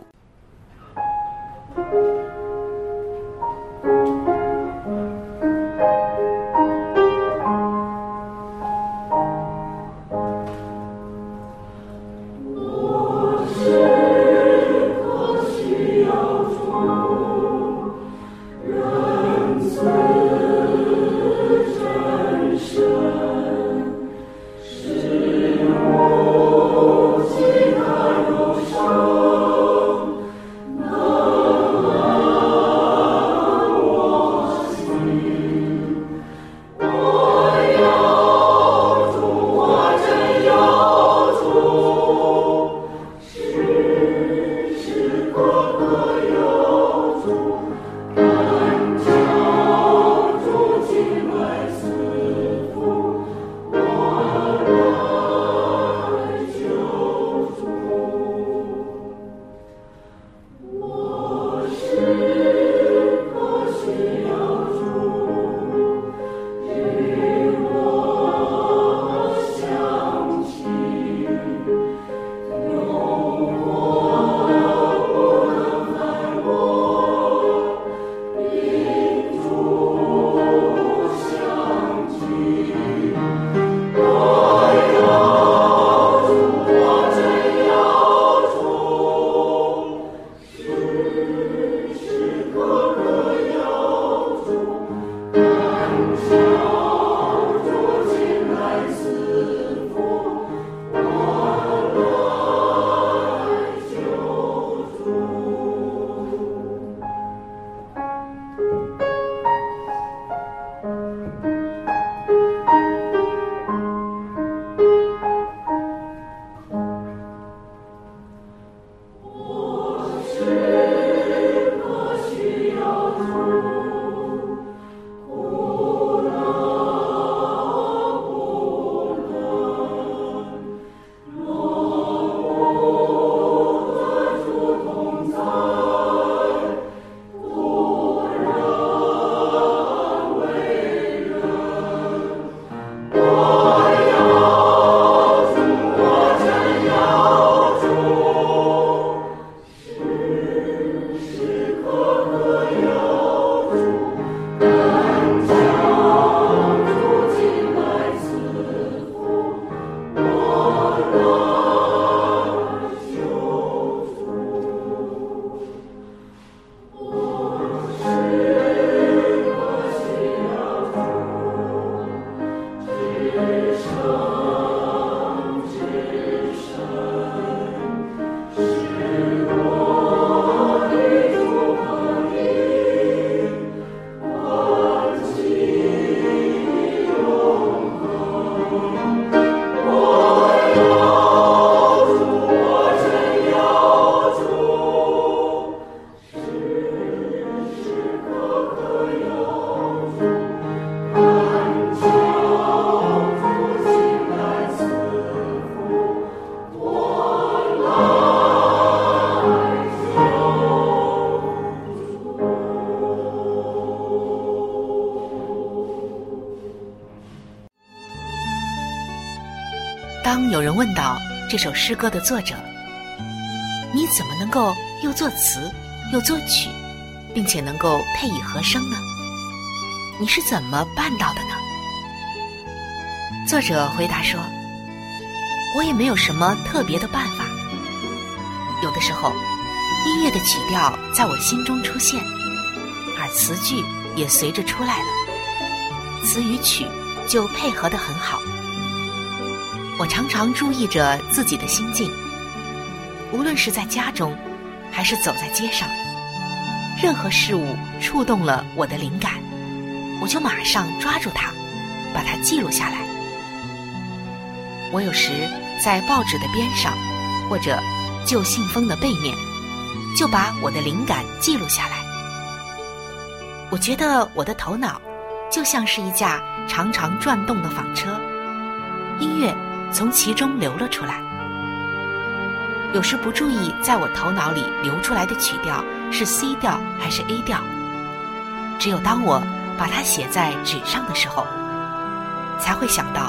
当有人问到这首诗歌的作者，你怎么能够又作词又作曲，并且能够配以和声呢？你是怎么办到的呢？作者回答说，我也没有什么特别的办法。有的时候，音乐的曲调在我心中出现，而词句也随着出来了，词与曲就配合得很好。我常常注意着自己的心境，无论是在家中还是走在街上，任何事物触动了我的灵感，我就马上抓住它，把它记录下来。我有时在报纸的边上，或者旧信封的背面，就把我的灵感记录下来。我觉得我的头脑就像是一架常常转动的纺车，音乐从其中流了出来。有时不注意在我头脑里流出来的曲调是 C 调还是 A 调，只有当我把它写在纸上的时候，才会想到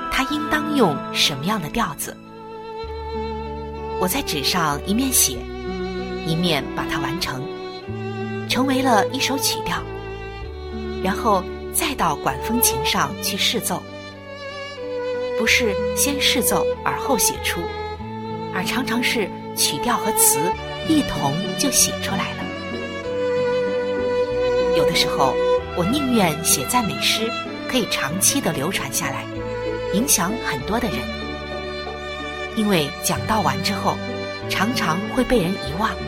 他应当用什么样的调子。我在纸上一面写，一面把它完成，成为了一首曲调，然后再到管风琴上去试奏。不是先试奏而后写出，而常常是曲调和词一同就写出来了。有的时候我宁愿写赞美诗可以长期的流传下来，影响很多的人，因为讲道完之后常常会被人遗忘。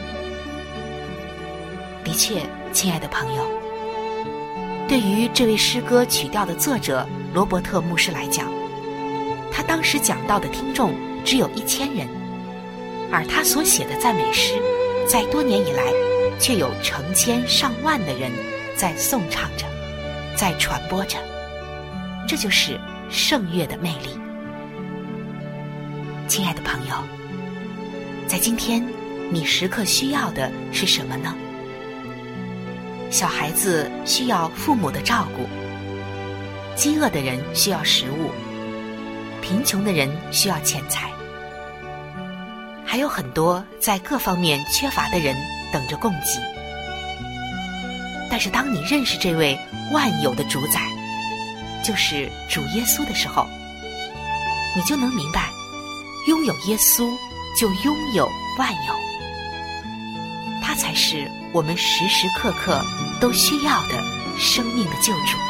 的确，亲爱的朋友，对于这位诗歌曲调的作者罗伯特牧师来讲，他当时讲道的听众只有一千人，而他所写的赞美诗在多年以来却有成千上万的人在颂唱着，在传播着。这就是圣乐的魅力。亲爱的朋友，在今天你时刻需要的是什么呢？小孩子需要父母的照顾，饥饿的人需要食物，贫穷的人需要钱财，还有很多在各方面缺乏的人等着供给。但是当你认识这位万有的主宰，就是主耶稣的时候，你就能明白，拥有耶稣就拥有万有，他才是我们时时刻刻都需要的生命的救主。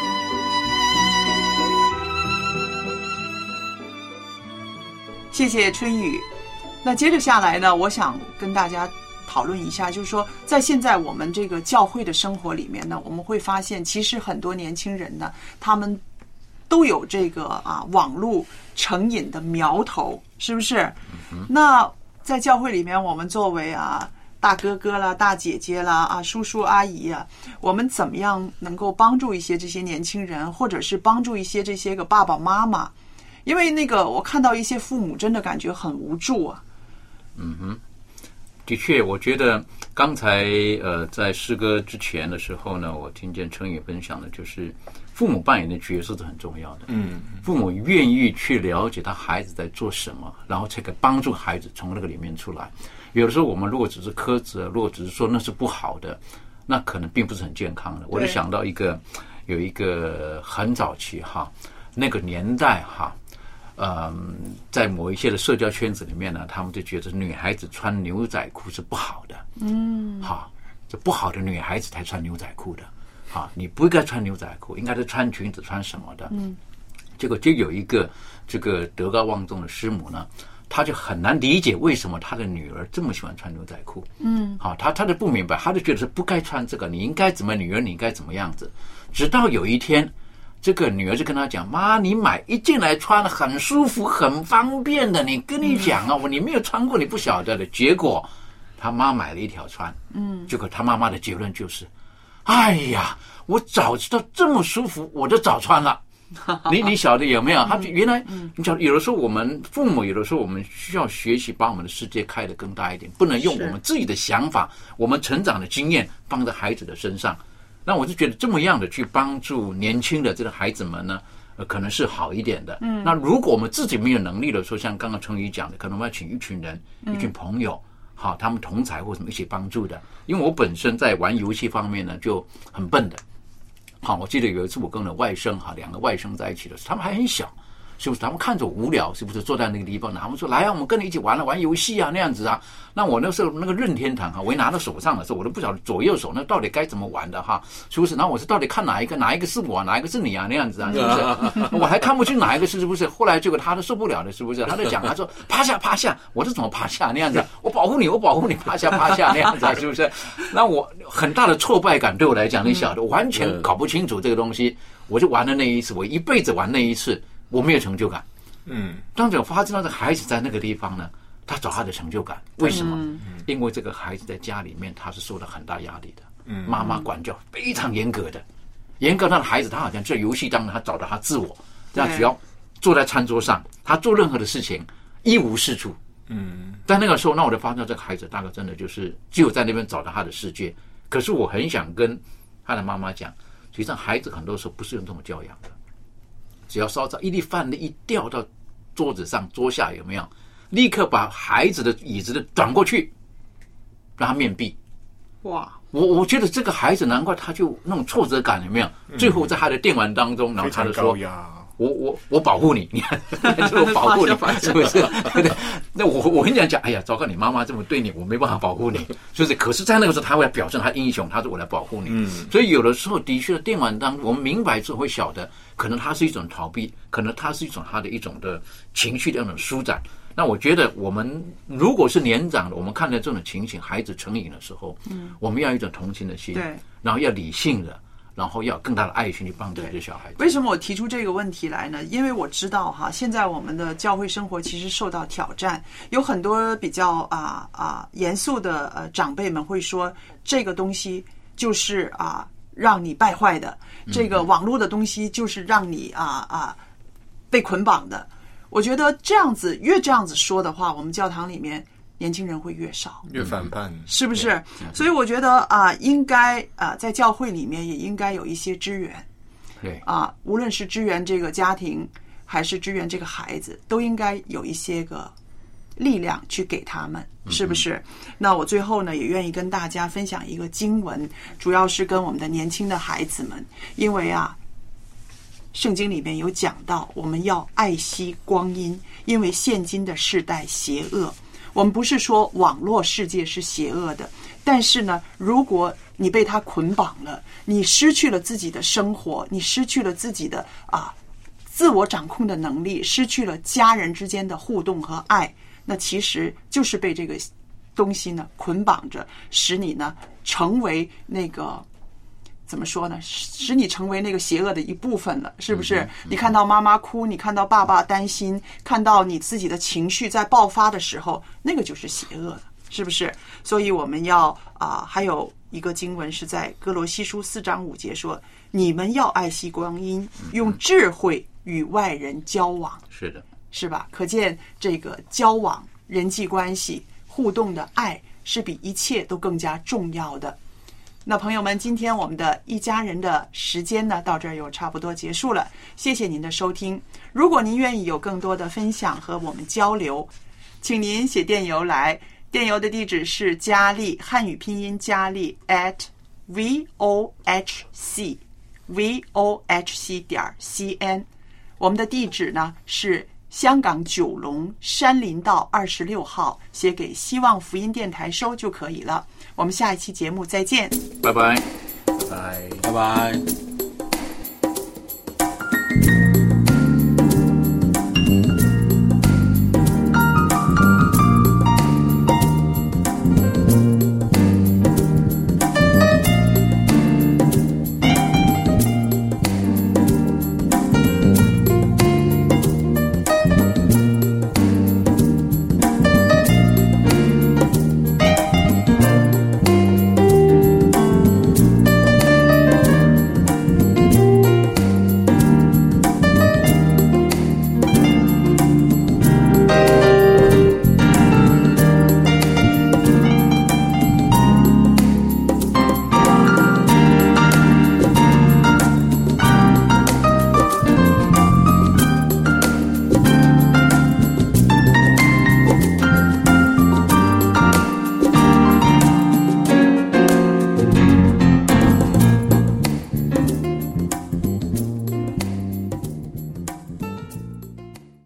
谢谢春雨。那接着下来呢，我想跟大家讨论一下，就是说在现在我们这个教会的生活里面呢，我们会发现其实很多年轻人呢，他们都有这个啊网络成瘾的苗头，是不是？嗯、那在教会里面，我们作为啊大哥哥啦、大姐姐啦、啊叔叔阿姨啊，我们怎么样能够帮助一些这些年轻人，或者是帮助一些这些个爸爸妈妈？因为那个我看到一些父母真的感觉很无助啊。 嗯哼，的确，我觉得刚才呃在诗歌之前的时候呢，我听见春雨分享的就是父母扮演的角色是很重要的。嗯，父母愿意去了解他孩子在做什么，然后才可以帮助孩子从那个里面出来。有的时候我们如果只是苛责，如果只是说那是不好的，那可能并不是很健康的。我就想到一个有一个很早期哈，那个年代哈。嗯，在某一些的社交圈子里面呢，他们就觉得女孩子穿牛仔裤是不好的。嗯，好，这不好的女孩子才穿牛仔裤的。好，你不应该穿牛仔裤，应该是穿裙子穿什么的。嗯，结果就有一个这个德高望重的师母呢，她就很难理解为什么她的女儿这么喜欢穿牛仔裤。嗯，好，她她就不明白，她就觉得是不该穿这个，你应该怎么女儿你应该怎么样子。直到有一天，这个女儿就跟他讲：“妈，你买一进来穿很舒服、很方便的。你跟你讲啊，我你没有穿过，你不晓得的。”结果他妈买了一条穿，嗯，结果他妈妈的结论就是：“哎呀，我早知道这么舒服，我就早穿了。”你你晓得有没有？他原来你晓得，有的时候我们父母，有的时候我们需要学习把我们的世界开得更大一点，不能用我们自己的想法、我们成长的经验放在孩子的身上。那我就觉得这么样的去帮助年轻的这个孩子们呢，呃，可能是好一点的。嗯，那如果我们自己没有能力的时候，像刚刚春雨讲的，可能我们要请一群人、嗯、一群朋友，好，他们同才或什么一起帮助的。因为我本身在玩游戏方面呢就很笨的。好，我记得有一次我跟我的外甥哈，两个外甥在一起的时候，他们还很小。是不是他们看着我无聊，是不是坐在那个地方呢？他们说来啊，我们跟你一起玩了玩游戏啊那样子啊。那我那时候那个任天堂哈，我一拿到手上的时候，我都不晓得左右手那到底该怎么玩的哈，是不是？然后我是到底看哪一个哪一个是我，哪一个是你啊那样子啊，是不是？我还看不清哪一个是是不是？后来结果他都受不了了，是不是？他就讲他说趴下趴下，我是怎么趴下那样子？我保护你，我保护你，趴下趴下那样子啊，是不是？那我很大的挫败感对我来讲，你晓得，我完全搞不清楚这个东西，我就玩了那一次，我一辈子玩那一次，我没有成就感。嗯，当我发现到这孩子在那个地方呢，他找他的成就感，为什么？嗯、因为这个孩子在家里面他是受到很大压力的，嗯，妈妈管教非常严格的，严格到的孩子他好像在游戏当中他找到他自我，他只要坐在餐桌上，他做任何的事情一无是处，嗯，在那个时候，那我就发现这个孩子大概真的就是只有在那边找到他的世界。可是我很想跟他的妈妈讲，实际上孩子很多时候不是用这种教养的。 只要稍早，一粒饭粒一掉到桌子上桌下有没有？立刻把孩子的椅子的转过去，让他面壁。 哇！ 我我觉得这个孩子难怪他就那种挫折感有没有？ 嗯、 最后在他的电玩当中，然后他就说：“我我我保护你，你看，我保护你，是不是？对对？那我我跟你讲讲，哎呀，糟糕，你妈妈这么对你，我没办法保护你，是不是？可是，在那个时候，他会表现他英雄，他说我来保护你。嗯，所以有的时候的确，电玩当中，我们明白之后会晓得，可能它是一种逃避，可能它是一种他的一种的情绪的那种舒展。那我觉得，我们如果是年长的，我们看到这种情形，孩子成瘾的时候，嗯，我们要有一种同情的心， 对， 然后要理性的。然后要有更大的爱心去帮助这些小孩子。 为什么我提出这个问题来呢？因为我知道哈，现在我们的教会生活其实受到挑战，有很多比较啊啊严肃的呃长辈们会说，这个东西就是啊让你败坏的，这个网络的东西就是让你啊啊被捆绑的。我觉得这样子越这样子说的话，我们教堂里面年轻人会越少， 越反叛， 是不是？所以我觉得啊，应该啊，在教会里面也应该有一些支援， 对啊，无论是支援这个家庭，还是支援这个孩子，都应该有一些个力量去给他们，是不是？嗯、那我最后呢，也愿意跟大家分享一个经文，主要是跟我们的年轻的孩子们，因为啊，圣经里面有讲到，我们要爱惜光阴，因为现今的世代邪恶。我们不是说网络世界是邪恶的，但是呢，如果你被它捆绑了，你失去了自己的生活，你失去了自己的啊自我掌控的能力，失去了家人之间的互动和爱，那其实就是被这个东西呢捆绑着，使你呢成为那个怎么说呢？使你成为那个邪恶的一部分了，是不是？嗯嗯、你看到妈妈哭，你看到爸爸担心，看到你自己的情绪在爆发的时候，那个就是邪恶的，是不是？所以我们要啊、呃，还有一个经文是在哥罗西书四章五节说：“你们要爱惜光阴，用智慧与外人交往。” 是的， 是吧？可见这个交往、人际关系、互动的爱是比一切都更加重要的。那朋友们，今天我们的一家人的时间呢，到这儿又差不多结束了。谢谢您的收听。如果您愿意有更多的分享和我们交流，请您写电邮来，电邮的地址是佳丽，汉语拼音佳丽 at vohc vohc 点 cn。我们的地址呢是香港九龙山林道二十六号，写给希望福音电台收就可以了。我们下一期节目再见， 拜拜， 拜拜，拜拜。